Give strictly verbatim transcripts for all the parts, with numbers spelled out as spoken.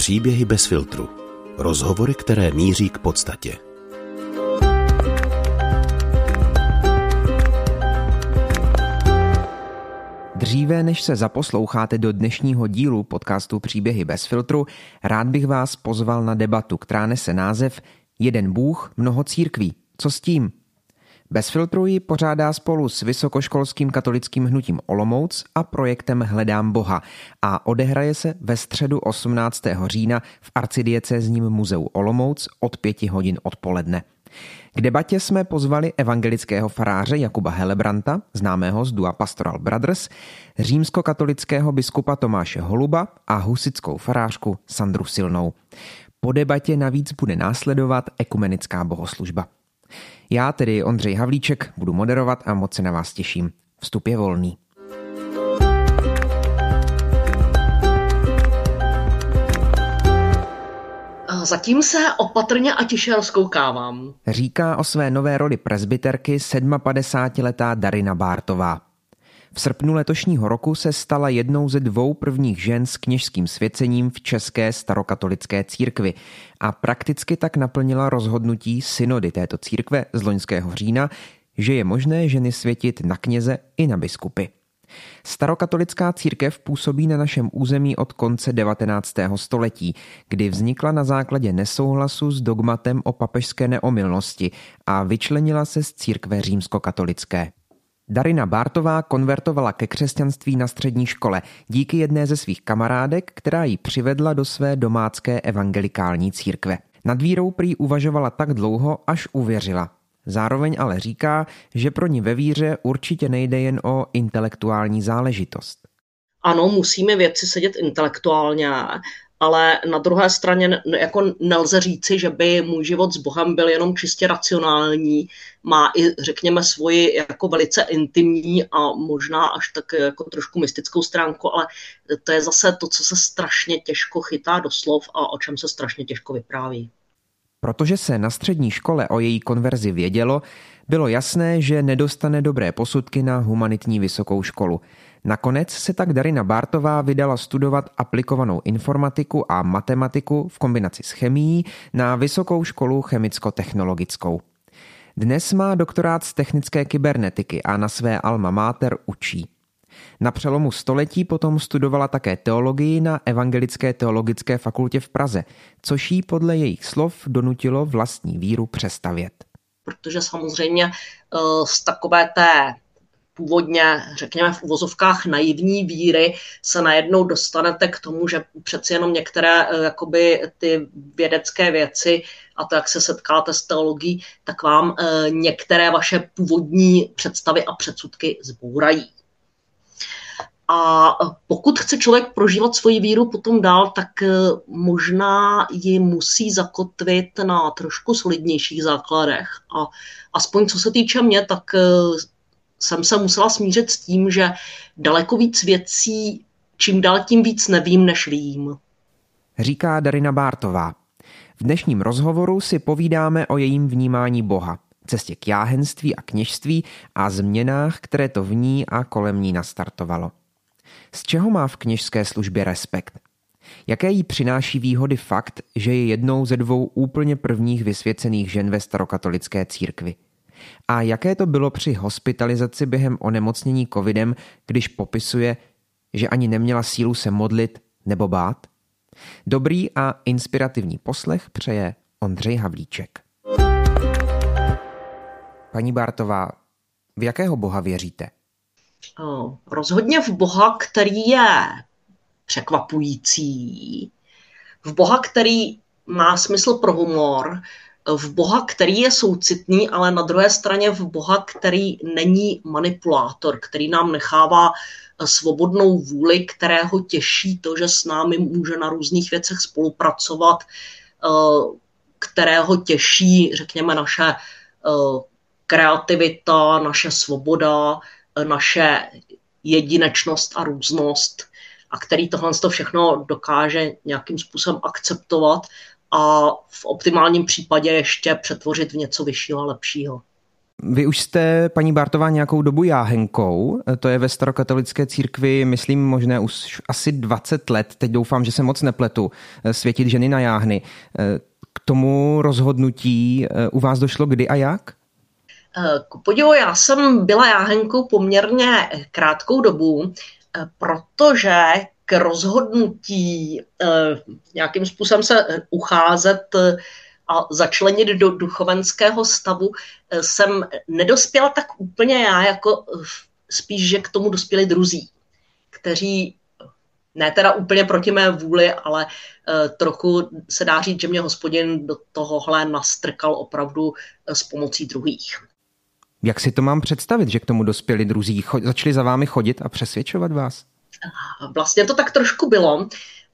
Příběhy bez filtru. Rozhovory, které míří k podstatě. Dříve, než se zaposloucháte do dnešního dílu podcastu Příběhy bez filtru, rád bych vás pozval na debatu, která nese název Jeden Bůh, mnoho církví. Co s tím? Bez filtru ji pořádá spolu s Vysokoškolským katolickým hnutím Olomouc a projektem Hledám Boha a odehraje se ve středu osmnáctého října v arcidiecézním muzeu Olomouc od pěti hodin odpoledne. K debatě jsme pozvali evangelického faráře Jakuba Helebranta, známého z dua Pastoral Brothers, římskokatolického biskupa Tomáše Holuba a husitskou farářku Sandru Silnou. Po debatě navíc bude následovat ekumenická bohoslužba. Já, tedy Ondřej Havlíček, budu moderovat a moc se na vás těším. Vstup je volný. Zatím se opatrně a tiše rozkoukávám. Říká o své nové roli presbyterky sedmapadesátiletá Darina Bártová. V srpnu letošního roku se stala jednou ze dvou prvních žen s kněžským svěcením v České starokatolické církvi a prakticky tak naplnila rozhodnutí synody této církve z loňského října, že je možné ženy světit na kněze i na biskupy. Starokatolická církev působí na našem území od konce devatenáctého století, kdy vznikla na základě nesouhlasu s dogmatem o papežské neomylnosti a vyčlenila se z církve římskokatolické. Darina Bártová konvertovala ke křesťanství na střední škole díky jedné ze svých kamarádek, která ji přivedla do své domácké evangelikální církve. Nad vírou prý uvažovala tak dlouho, až uvěřila. Zároveň ale říká, že pro ní ve víře určitě nejde jen o intelektuální záležitost. Ano, musíme věci sedět intelektuálně, ale na druhé straně jako nelze říci, že by můj život s Bohem byl jenom čistě racionální, má i, řekněme, svoji jako velice intimní a možná až tak jako trošku mystickou stránku, ale to je zase to, co se strašně těžko chytá do slov a o čem se strašně těžko vypráví. Protože se na střední škole o její konverzi vědělo, bylo jasné, že nedostane dobré posudky na humanitní vysokou školu. Nakonec se tak Darina Bártová vydala studovat aplikovanou informatiku a matematiku v kombinaci s chemií na Vysokou školu chemicko-technologickou. Dnes má doktorát z technické kybernetiky a na své alma mater učí. Na přelomu století potom studovala také teologii na Evangelické teologické fakultě v Praze, což jí podle jejich slov donutilo vlastní víru přestavět. Protože samozřejmě z takové té původně, řekněme v uvozovkách naivní víry se najednou dostanete k tomu, že přeci jenom některé jakoby ty vědecké věci a to, jak se setkáte s teologií, tak vám některé vaše původní představy a předsudky zbourají. A pokud chce člověk prožívat svoji víru potom dál, tak možná ji musí zakotvit na trošku solidnějších základech. A aspoň co se týče mě, tak jsem se musela smířit s tím, že daleko víc věcí, čím dál tím víc nevím, než vím. Říká Darina Bártová. V dnešním rozhovoru si povídáme o jejím vnímání Boha, cestě k jáhenství a kněžství a změnách, které to v ní a kolem ní nastartovalo. Z čeho má v kněžské službě respekt? Jaké jí přináší výhody fakt, že je jednou ze dvou úplně prvních vysvěcených žen ve starokatolické církvi? A jaké to bylo při hospitalizaci během onemocnění covidem, když popisuje, že ani neměla sílu se modlit nebo bát? Dobrý a inspirativní poslech přeje Ondřej Havlíček. Paní Bártová, v jakého Boha věříte? Rozhodně v Boha, který je překvapující, v Boha, který má smysl pro humor, v Boha, který je soucitný, ale na druhé straně v Boha, který není manipulátor, který nám nechává svobodnou vůli, kterého těší to, že s námi může na různých věcech spolupracovat, kterého těší, řekněme, naše kreativita, naše svoboda, naše jedinečnost a různost a který tohle všechno dokáže nějakým způsobem akceptovat a v optimálním případě ještě přetvořit v něco vyššího a lepšího. Vy už jste, paní Bártová, nějakou dobu jáhenkou, to je ve starokatolické církvi, myslím, možné už asi dvacet let, teď doufám, že se moc nepletu, světit ženy na jáhny. K tomu rozhodnutí u vás došlo kdy a jak? Ku podivu, já jsem byla jáhenkou poměrně krátkou dobu, protože k rozhodnutí nějakým způsobem se ucházet a začlenit do duchovenského stavu jsem nedospěla tak úplně já, jako spíš, že k tomu dospěli druzí, kteří ne teda úplně proti mé vůli, ale trochu se dá říct, že mě Hospodin do tohohle nastrkal opravdu s pomocí druhých. Jak si to mám představit, že k tomu dospěli druzí? Cho- začali za vámi chodit a přesvědčovat vás? Vlastně to tak trošku bylo.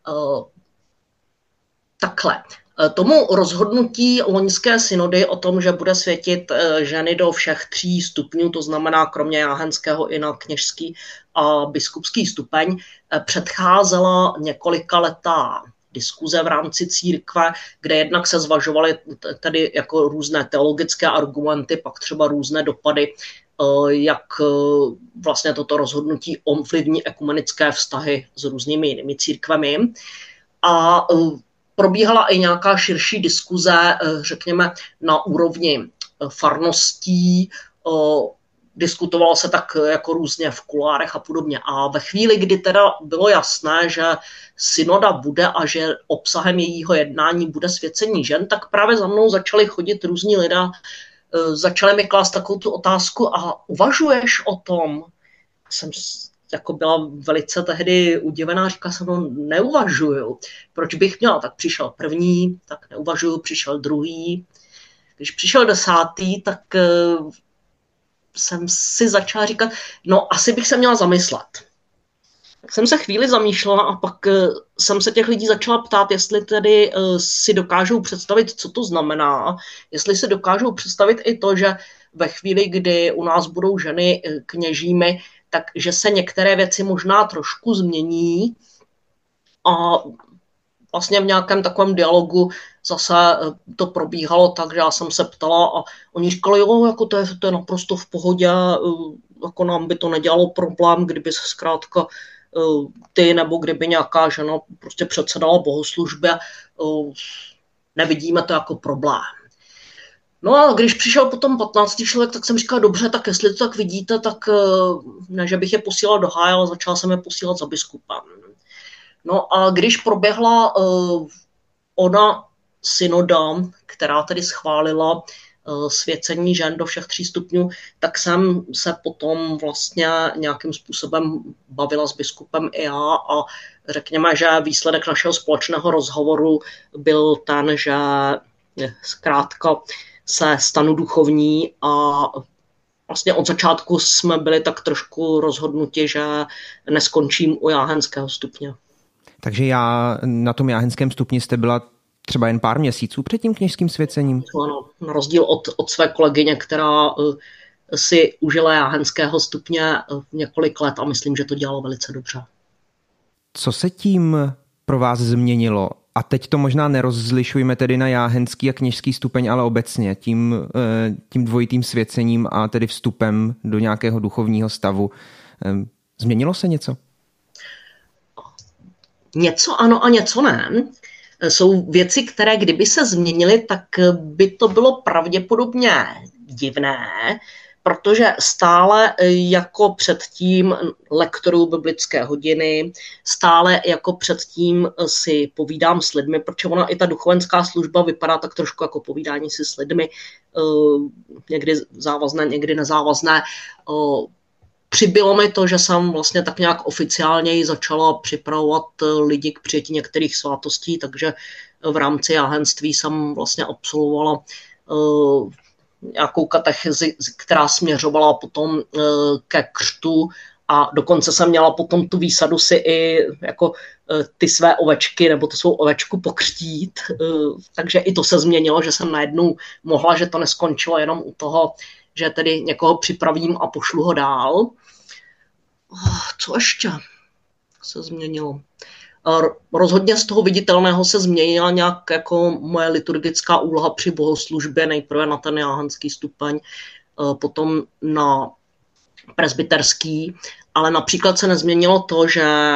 Takhle. Tomu rozhodnutí loňské synody o tom, že bude světit ženy do všech tří stupňů, to znamená kromě jáhenského i na kněžský a biskupský stupeň, předcházela několikaletá diskuze v rámci církve, kde jednak se zvažovaly tedy jako různé teologické argumenty, pak třeba různé dopady, jak vlastně toto rozhodnutí ovlivní ekumenické vztahy s různými jinými církvemi. A probíhala i nějaká širší diskuze, řekněme, na úrovni farností, diskutovalo se tak jako různě v kulárech a podobně. A ve chvíli, kdy teda bylo jasné, že synoda bude a že obsahem jejího jednání bude svěcení žen, tak právě za mnou začali chodit různí lidé, začali mi klást takovou tu otázku: a uvažuješ o tom? Jsem jako byla velice tehdy udivená, říkala jsem, no neuvažuju. Proč bych měla? Tak přišel první, tak neuvažuju, přišel druhý. Když přišel desátý, tak jsem si začala říkat, no asi bych se měla zamyslet. Tak jsem se chvíli zamýšlela a pak jsem se těch lidí začala ptát, jestli tedy si dokážou představit, co to znamená, jestli si dokážou představit i to, že ve chvíli, kdy u nás budou ženy kněžími, takže se některé věci možná trošku změní a vlastně v nějakém takovém dialogu zase to probíhalo tak, že já jsem se ptala a oni říkali, jo, jako to je, to je naprosto v pohodě, jako nám by to nedělalo problém, kdyby se zkrátka ty nebo kdyby nějaká žena prostě předsedala bohoslužbě, nevidíme to jako problém. No a když přišel potom patnáctý člověk, tak jsem říkal, dobře, tak jestli to tak vidíte, tak ne, že bych je posílal do háje, ale začal jsem je posílat za biskupem. No a když proběhla uh, ona synoda, která tedy schválila uh, svěcení žen do všech tří stupňů, tak jsem se potom vlastně nějakým způsobem bavila s biskupem i já a řekněme, že výsledek našeho společného rozhovoru byl ten, že zkrátka se stanu duchovní a vlastně od začátku jsme byli tak trošku rozhodnuti, že neskončím u jáhenského stupně. Takže já na tom jáhenském stupni jste byla třeba jen pár měsíců před tím kněžským svěcením? Ano, na rozdíl od, od své kolegyně, která si užila jáhenského stupně několik let a myslím, že to dělalo velice dobře. Co se tím pro vás změnilo? A teď to možná nerozlišujeme tedy na jáhenský a kněžský stupeň, ale obecně tím, tím dvojitým svěcením a tedy vstupem do nějakého duchovního stavu. Změnilo se něco? Něco ano a něco ne. Jsou věci, které kdyby se změnily, tak by to bylo pravděpodobně divné, protože stále jako předtím lektoruju biblické hodiny, stále jako předtím si povídám s lidmi, protože ona i ta duchovenská služba vypadá tak trošku jako povídání si s lidmi, někdy závazné, někdy nezávazné. Přibylo mi to, že jsem vlastně tak nějak oficiálně začala připravovat lidi k přijetí některých svátostí, takže v rámci jáhenství jsem vlastně absolvovala nějakou katechezi, která směřovala potom ke křtu a dokonce jsem měla potom tu výsadu si i jako ty své ovečky nebo tu svou ovečku pokřtít, takže i to se změnilo, že jsem najednou mohla, že to neskončilo jenom u toho, že tedy někoho připravím a pošlu ho dál. Co ještě se změnilo? Rozhodně z toho viditelného se změnila nějak jako moje liturgická úloha při bohoslužbě, nejprve na ten jáhenský stupeň, potom na presbyterský, ale například se nezměnilo to, že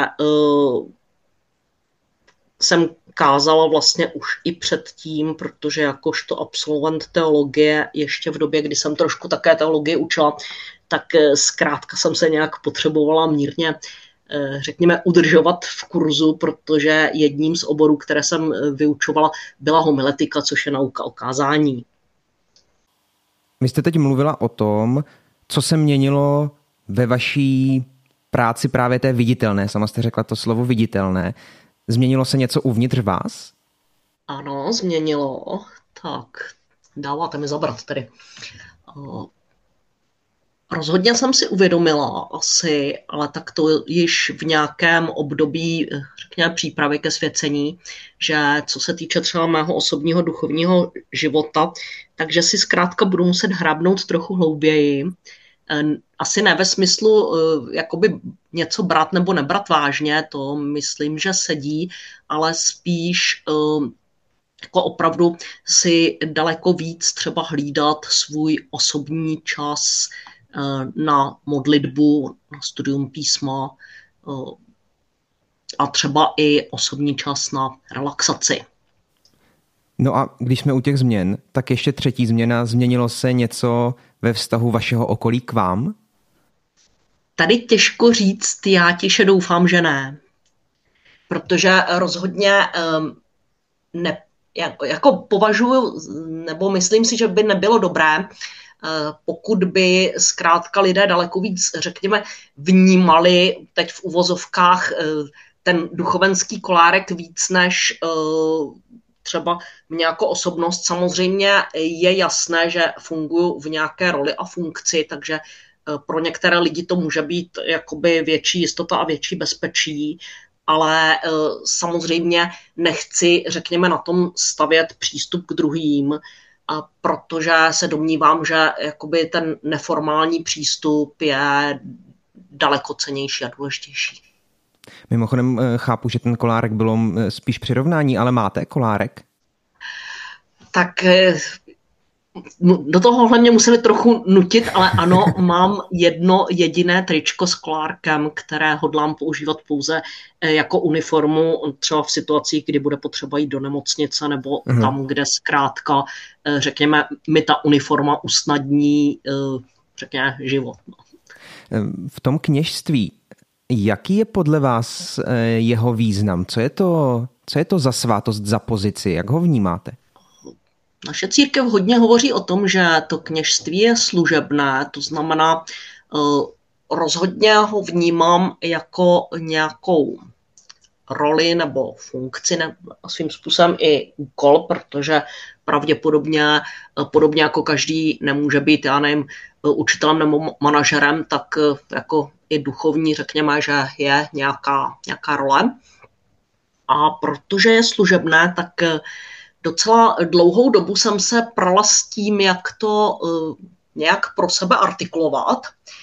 jsem kázala vlastně už i předtím, protože jakožto absolvent teologie, ještě v době, kdy jsem trošku také teologii učila, tak zkrátka jsem se nějak potřebovala mírně, řekněme, udržovat v kurzu, protože jedním z oborů, které jsem vyučovala, byla homiletika, což je nauka o kázání. Vy jste teď mluvila o tom, co se měnilo ve vaší práci právě té viditelné. Sama jste řekla to slovo viditelné. Změnilo se něco uvnitř vás? Ano, změnilo. Tak, dáváte mi zabrat tedy. Rozhodně jsem si uvědomila asi, ale tak to již v nějakém období, řekněme, přípravy ke svěcení, že co se týče třeba mého osobního duchovního života, takže si zkrátka budu muset hrábnout trochu hlouběji. Asi ne ve smyslu jakoby něco brát nebo nebrat vážně, to myslím, že sedí, ale spíš jako opravdu si daleko víc třeba hlídat svůj osobní čas na modlitbu, na studium písma a třeba i osobní čas na relaxaci. No a když jsme u těch změn, tak ještě třetí změna, změnilo se něco ve vztahu vašeho okolí k vám? Tady těžko říct, já těše doufám, že ne. Protože rozhodně ne, jako považuji, nebo myslím si, že by nebylo dobré, pokud by zkrátka lidé daleko víc, řekněme, vnímali teď v uvozovkách ten duchovenský kolárek víc než třeba mě jako osobnost. Samozřejmě je jasné, že funguji v nějaké roli a funkci, takže pro některé lidi to může být jakoby větší jistota a větší bezpečí, ale samozřejmě nechci, řekněme, na tom stavět přístup k druhým, a protože se domnívám, že jakoby ten neformální přístup je daleko cennější a důležitější. Mimochodem chápu, že ten kolárek bylo spíš přirovnání, ale máte kolárek? Tak do tohohle mě museli trochu nutit, ale ano, mám jedno jediné tričko s kolárkem, které hodlám používat pouze jako uniformu, třeba v situacích, kdy bude potřeba jít do nemocnice nebo uh-huh. tam, kde zkrátka, řekněme, mi ta uniforma usnadní, řekněme, život. V tom kněžství, jaký je podle vás jeho význam? Co je to, co je to za svátost, za pozici? Jak ho vnímáte? Naše církev hodně hovoří o tom, že to kněžství je služebné, to znamená, rozhodně ho vnímám jako nějakou roli nebo funkci, nebo svým způsobem i úkol, protože pravděpodobně, podobně jako každý nemůže být, já nevím, učitelem nebo manažerem, tak jako i duchovní, řekněme, že je nějaká, nějaká role. A protože je služebné, tak docela dlouhou dobu jsem se prala s tím, jak to uh, nějak pro sebe artikulovat,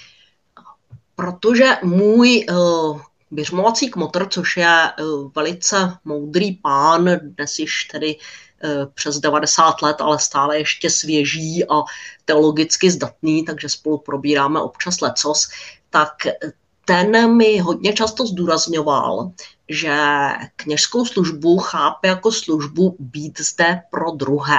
protože můj uh, běžmovací kmotr, což je uh, velice moudrý pán, dnes již tedy uh, přes devadesát let, ale stále ještě svěží a teologicky zdatný, takže spolu probíráme občas lecos, tak ten mi hodně často zdůrazňoval, že kněžskou službu chápe jako službu být zde pro druhé.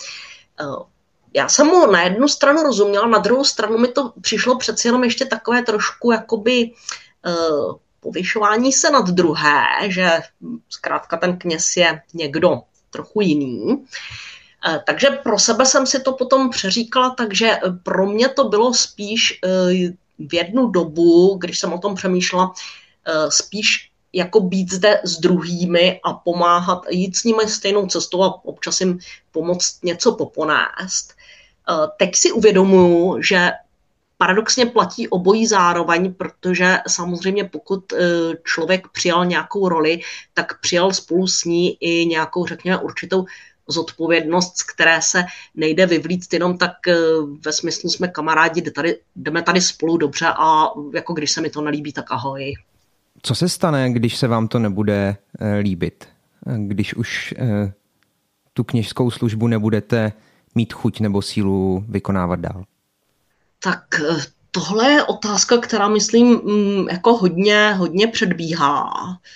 Já jsem mu na jednu stranu rozuměla, na druhou stranu mi to přišlo přeci jenom ještě takové trošku jakoby uh, povyšování se nad druhé, že zkrátka ten kněz je někdo trochu jiný. Uh, takže pro sebe jsem si to potom přeříkala, takže pro mě to bylo spíš uh, v jednu dobu, když jsem o tom přemýšlela, uh, spíš jako být zde s druhými a pomáhat, jít s nimi stejnou cestou a občas jim pomoct něco poponést. Teď si uvědomuji, že paradoxně platí obojí zároveň, protože samozřejmě pokud člověk přijal nějakou roli, tak přijal spolu s ní i nějakou, řekněme, určitou zodpovědnost, z které se nejde vyvlíct jenom tak ve smyslu jsme kamarádi, tady, jdeme tady spolu dobře a jako když se mi to nelíbí, tak ahoj. Co se stane, když se vám to nebude líbit? Když už tu kněžskou službu nebudete mít chuť nebo sílu vykonávat dál? Tak tohle je otázka, která, myslím, jako hodně, hodně předbíhá.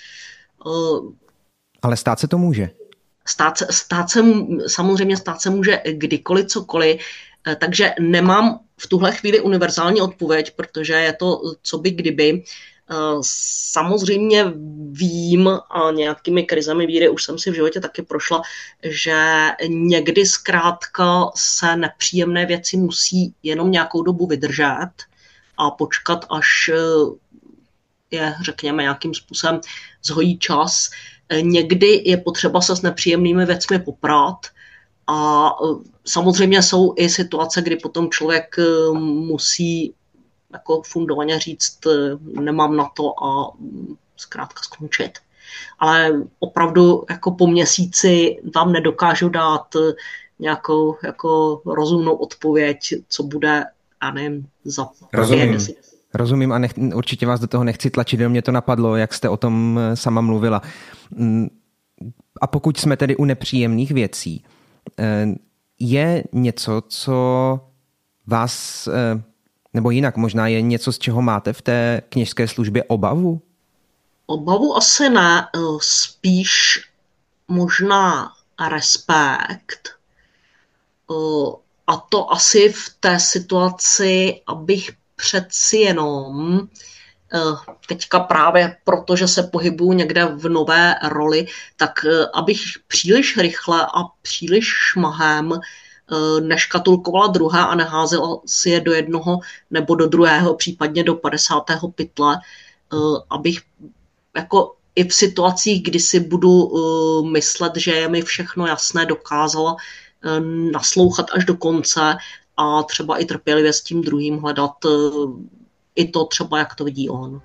Ale stát se to může. Stát se, stát se, samozřejmě stát se může kdykoliv, cokoliv, takže nemám v tuhle chvíli univerzální odpověď, protože je to co by kdyby. Samozřejmě vím, a nějakými krizemi víry už jsem si v životě taky prošla, že někdy zkrátka se nepříjemné věci musí jenom nějakou dobu vydržet a počkat, až je, řekněme, nějakým způsobem zhojí čas. Někdy je potřeba se s nepříjemnými věcmi poprat a samozřejmě jsou i situace, kdy potom člověk musí jako fundovaně říct, nemám na to a zkrátka skončit. Ale opravdu jako po měsíci vám nedokážu dát nějakou jako rozumnou odpověď, co bude, já nevím, za Rozumím. Rozumím a nech, určitě vás do toho nechci tlačit, jenom mě to napadlo, jak jste o tom sama mluvila. A pokud jsme tedy u nepříjemných věcí, je něco, co vás, nebo jinak možná je něco, z čeho máte v té kněžské službě obavu? Obavu asi ne, spíš možná respekt. A to asi v té situaci, abych přeci jenom teďka právě protože se pohybuju někde v nové roli, tak abych příliš rychle a příliš šmahem neškatulkovala druhé a neházela si je do jednoho nebo do druhého, případně do padesátého pytle, abych jako i v situacích, kdy si budu myslet, že je mi všechno jasné, dokázala naslouchat až do konce a třeba i trpělivě s tím druhým hledat i to třeba, jak to vidí on.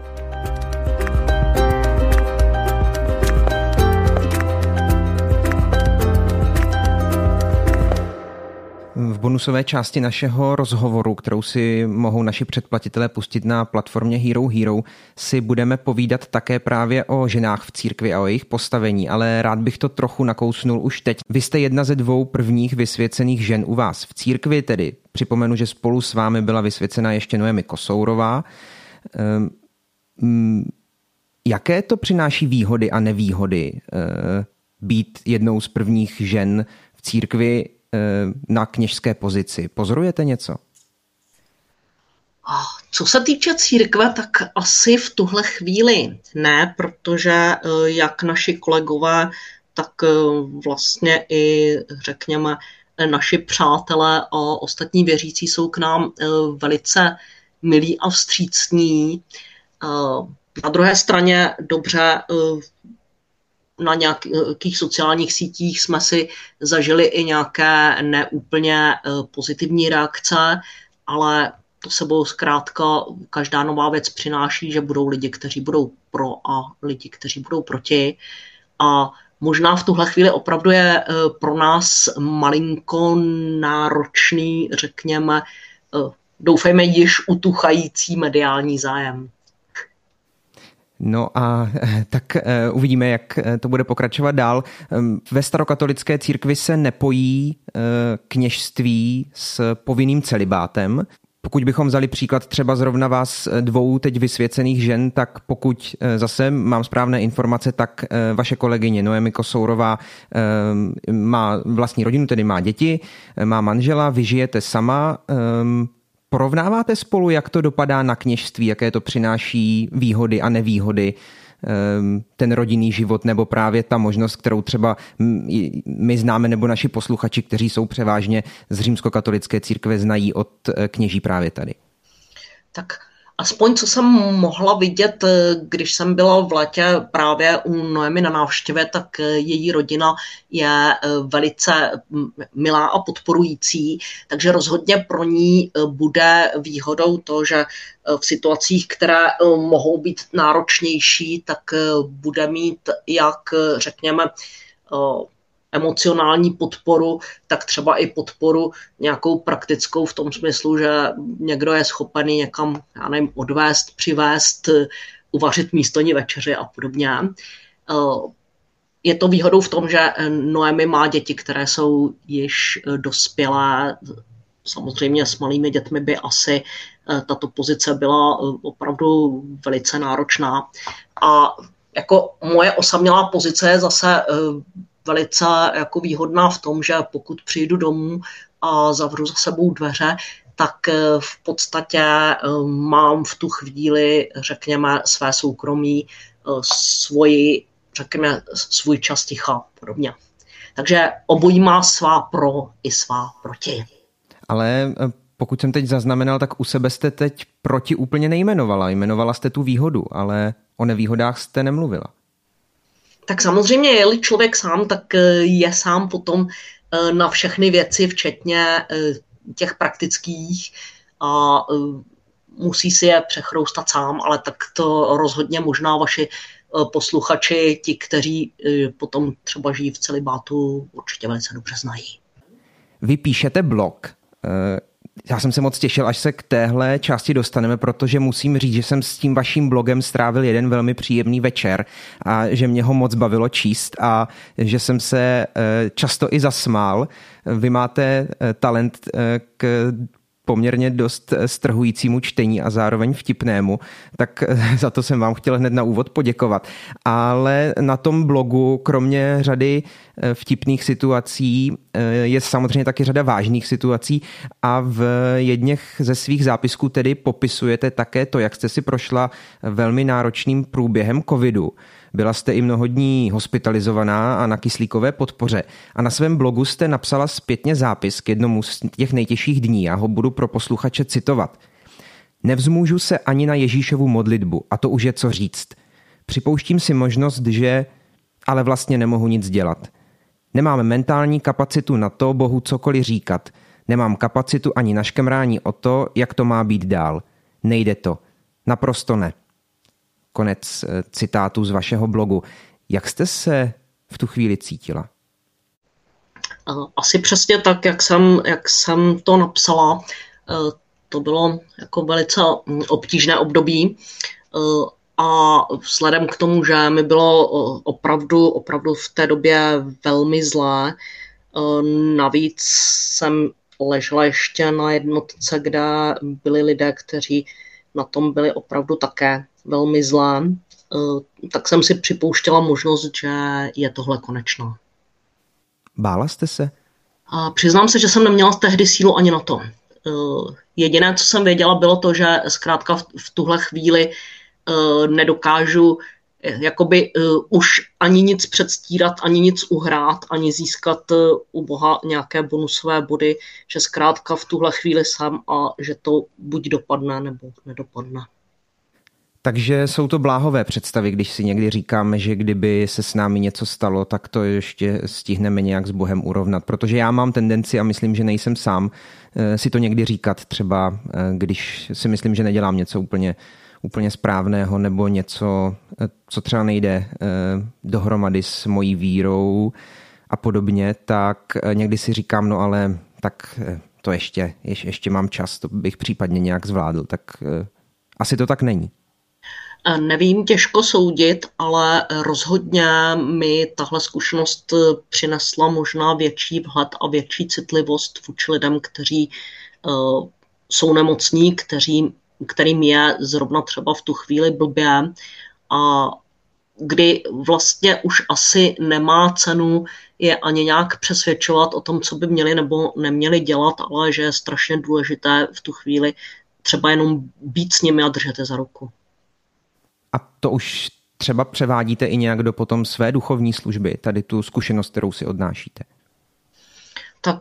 V bonusové části našeho rozhovoru, kterou si mohou naši předplatitelé pustit na platformě Hero Hero, si budeme povídat také právě o ženách v církvi a o jejich postavení, ale rád bych to trochu nakousnul už teď. Vy jste jedna ze dvou prvních vysvěcených žen u vás v církvi, tedy připomenu, že spolu s vámi byla vysvěcena ještě Noemi Kosourová. Jaké to přináší výhody a nevýhody být jednou z prvních žen v církvi na kněžské pozici? Pozorujete něco? Co se týče církve, tak asi v tuhle chvíli ne, protože jak naši kolegové, tak vlastně i řekněme naši přátelé a ostatní věřící jsou k nám velice milí a vstřícní. Na druhé straně dobře, na nějakých sociálních sítích jsme si zažili i nějaké neúplně pozitivní reakce, ale to sebou zkrátka každá nová věc přináší, že budou lidi, kteří budou pro a lidi, kteří budou proti. A možná v tuhle chvíli opravdu je pro nás malinko náročný, řekněme, doufejme již utuchající mediální zájem. No a tak uh, uvidíme, jak to bude pokračovat dál. Um, ve starokatolické církvi se nepojí uh, kněžství s povinným celibátem. Pokud bychom vzali příklad třeba zrovna vás dvou teď vysvěcených žen, tak pokud uh, zase mám správné informace, tak uh, vaše kolegyně Noemi Kosourová uh, má vlastní rodinu, tedy má děti, má manžela, vy žijete sama. Um, Porovnáváte spolu, jak to dopadá na kněžství, jaké to přináší výhody a nevýhody, ten rodinný život, nebo právě ta možnost, kterou třeba my známe, nebo naši posluchači, kteří jsou převážně z římskokatolické církve, znají od kněží právě tady? Tak aspoň co jsem mohla vidět, když jsem byla v létě právě u Noemi na návštěvě, tak její rodina je velice milá a podporující, takže rozhodně pro ní bude výhodou to, že v situacích, které mohou být náročnější, tak bude mít jak, řekněme, emocionální podporu, tak třeba i podporu nějakou praktickou v tom smyslu, že někdo je schopený někam, já nevím, odvést, přivést, uvařit místní večeři a podobně. Je to výhodou v tom, že Noemi má děti, které jsou již dospělé, samozřejmě s malými dětmi by asi tato pozice byla opravdu velice náročná. A jako moje osamělá pozice je zase velice jako výhodná v tom, že pokud přijdu domů a zavřu za sebou dveře, tak v podstatě mám v tu chvíli, řekněme, své soukromí, svoji, řekněme, svůj čas ticha a podobně. Takže obojí má svá pro i svá proti. Ale pokud jsem teď zaznamenal, tak u sebe jste teď proti úplně nejmenovala. Jmenovala jste tu výhodu, ale o nevýhodách jste nemluvila. Tak samozřejmě, je-li člověk sám, tak je sám potom na všechny věci, včetně těch praktických, a musí si je přechroustat sám, ale tak to rozhodně možná vaši posluchači, ti, kteří potom třeba žijí v celibátu, určitě velice dobře znají. Vy píšete blog. Já jsem se moc těšil, až se k téhle části dostaneme, protože musím říct, že jsem s tím vaším blogem strávil jeden velmi příjemný večer a že mě ho moc bavilo číst a že jsem se často i zasmál. Vy máte talent k poměrně dost strhujícímu čtení a zároveň vtipnému, tak za to jsem vám chtěl hned na úvod poděkovat. Ale na tom blogu, kromě řady vtipných situací, je samozřejmě taky řada vážných situací a v jedněch ze svých zápisků tedy popisujete také to, jak jste si prošla velmi náročným průběhem covidu. Byla jste i mnoho dní hospitalizovaná a na kyslíkové podpoře. A na svém blogu jste napsala zpětně zápis k jednomu z těch nejtěžších dní. Já ho budu pro posluchače citovat. Nevzmůžu se ani na Ježíšovu modlitbu, a to už je co říct. Připouštím si možnost, že... ale vlastně nemohu nic dělat. Nemám mentální kapacitu na to Bohu cokoliv říkat. Nemám kapacitu ani na škemrání o to, jak to má být dál. Nejde to. Naprosto ne. Konec citátu z vašeho blogu. Jak jste se v tu chvíli cítila? Asi přesně tak, jak jsem, jak jsem to napsala. To bylo jako velice obtížné období a vzhledem k tomu, že mi bylo opravdu, opravdu v té době velmi zlé, navíc jsem ležela ještě na jednotce, kde byli lidé, kteří na tom byli opravdu také velmi zlé, tak jsem si připouštěla možnost, že je tohle konečné. Bála jste se? A přiznám se, že jsem neměla tehdy sílu ani na to. Jediné, co jsem věděla, bylo to, že zkrátka v tuhle chvíli nedokážu jakoby už ani nic předstírat, ani nic uhrát, ani získat u Boha nějaké bonusové body, že zkrátka v tuhle chvíli jsem a že to buď dopadne, nebo nedopadne. Takže jsou to bláhové představy, když si někdy říkáme, že kdyby se s námi něco stalo, tak to ještě stihneme nějak s Bohem urovnat. Protože já mám tendenci, a myslím, že nejsem sám, si to někdy říkat, třeba když si myslím, že nedělám něco úplně, úplně správného nebo něco, co třeba nejde dohromady s mojí vírou a podobně, tak někdy si říkám, no ale tak to ještě, ještě, ještě mám čas, to bych případně nějak zvládl. Tak asi to tak není. Nevím, těžko soudit, ale rozhodně mi tahle zkušenost přinesla možná větší vhled a větší citlivost vůči lidem, kteří uh, jsou nemocní, kteří, kterým je zrovna třeba v tu chvíli blbě a kdy vlastně už asi nemá cenu je ani nějak přesvědčovat o tom, co by měli nebo neměli dělat, ale že je strašně důležité v tu chvíli třeba jenom být s nimi a držet je za ruku. A to už třeba převádíte i nějak do potom své duchovní služby, tady tu zkušenost, kterou si odnášíte? Tak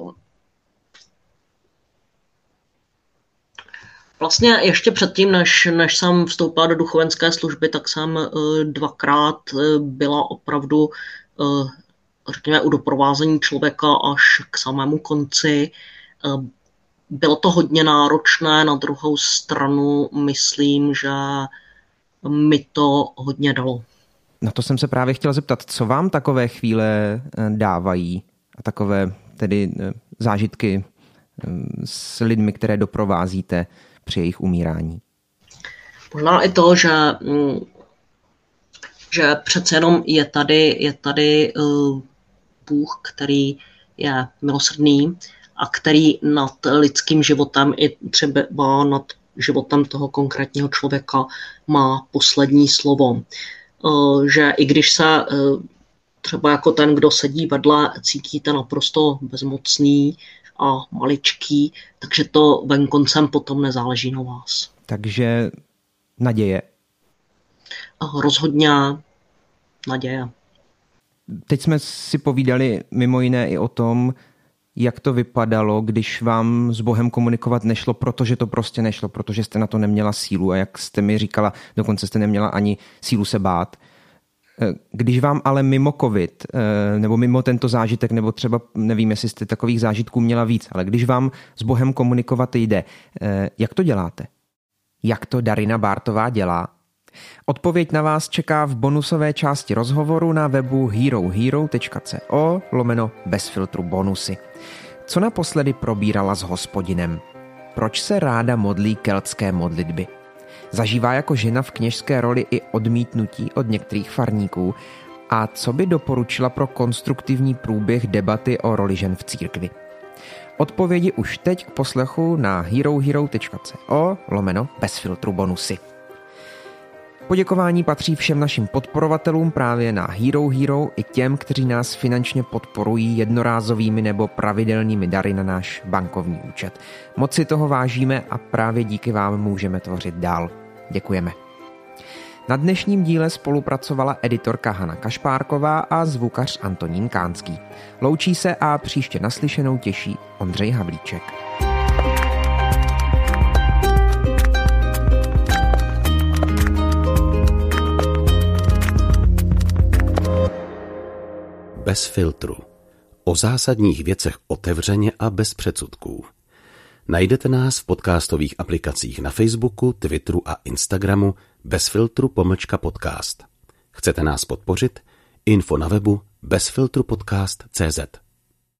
vlastně ještě předtím, než, než jsem vstoupila do duchovenské služby, tak jsem dvakrát byla opravdu, řekněme, u doprovázení člověka až k samému konci. Bylo to hodně náročné, na druhou stranu myslím, že mi to hodně dalo. Na to jsem se právě chtěl zeptat, co vám takové chvíle dávají a takové tedy zážitky s lidmi, které doprovázíte při jejich umírání? Možná i to, že, že přece jenom je tady, je tady Bůh, který je milosrdný a který nad lidským životem i třeba nad životem toho konkrétního člověka má poslední slovo. Že i když se třeba jako ten, kdo sedí vedle, cítíte naprosto bezmocný a maličký, takže to venkoncem potom nezáleží na vás. Takže naděje. Rozhodně naděje. Teď jsme si povídali mimo jiné i o tom, jak to vypadalo, když vám s Bohem komunikovat nešlo, protože to prostě nešlo, protože jste na to neměla sílu a jak jste mi říkala, dokonce jste neměla ani sílu se bát. Když vám ale mimo covid, nebo mimo tento zážitek, nebo třeba nevím, jestli jste takových zážitků měla víc, ale když vám s Bohem komunikovat jde, jak to děláte? Jak to Darina Bártová dělá? Odpověď na vás čeká v bonusové části rozhovoru na webu herohero tečka co lomeno bez filtru bonusy. Co naposledy probírala s Hospodinem? Proč se ráda modlí keltské modlitby? Zažívá jako žena v kněžské roli i odmítnutí od některých farníků? A co by doporučila pro konstruktivní průběh debaty o roli žen v církvi? Odpovědi už teď k poslechu na herohero tečka co lomeno bez filtru bonusy. Poděkování patří všem našim podporovatelům právě na Hero Hero i těm, kteří nás finančně podporují jednorázovými nebo pravidelnými dary na náš bankovní účet. Moc si toho vážíme a právě díky vám můžeme tvořit dál. Děkujeme. Na dnešním díle spolupracovala editorka Hana Kašpárková a zvukař Antonín Kánský. Loučí se a příště naslyšenou těší Ondřej Havlíček. Bez filtru. O zásadních věcech otevřeně a bez předsudků. Najdete nás v podcastových aplikacích na Facebooku, Twitteru a Instagramu bez filtru pomlčka podcast. Chcete nás podpořit? Info na webu bezfiltrupodcast tečka cz.